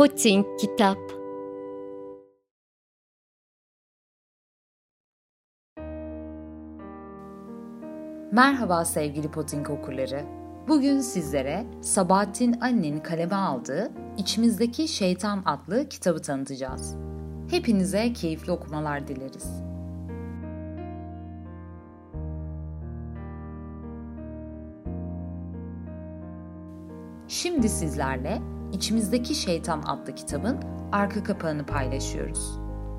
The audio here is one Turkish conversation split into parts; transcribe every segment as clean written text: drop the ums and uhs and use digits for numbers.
Potink Kitap. Merhaba sevgili Potink okurları. Bugün sizlere Sabahattin Ali'nin kaleme aldığı İçimizdeki Şeytan adlı kitabı tanıtacağız. Hepinize keyifli okumalar dileriz. Şimdi sizlerle İçimizdeki Şeytan adlı kitabın arka kapağını paylaşıyoruz.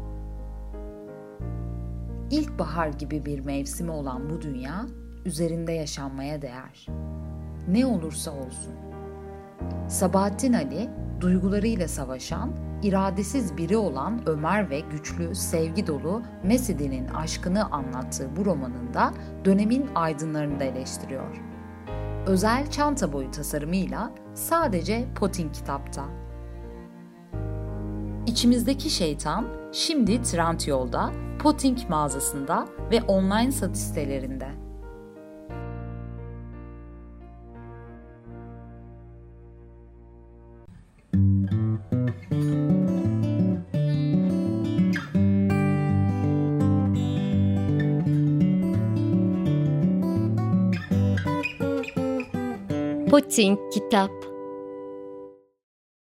İlkbahar gibi bir mevsimi olan bu dünya üzerinde yaşanmaya değer. Ne olursa olsun. Sabahattin Ali, duygularıyla savaşan, iradesiz biri olan Ömer ve güçlü, sevgi dolu Mesidi'nin aşkını anlattığı bu romanında dönemin aydınlarını da eleştiriyor. Özel çanta boyu tasarımıyla sadece Potink kitapta. İçimizdeki Şeytan şimdi Trendyol'da, Potink mağazasında ve online satış sitelerinde. Potink Kitap.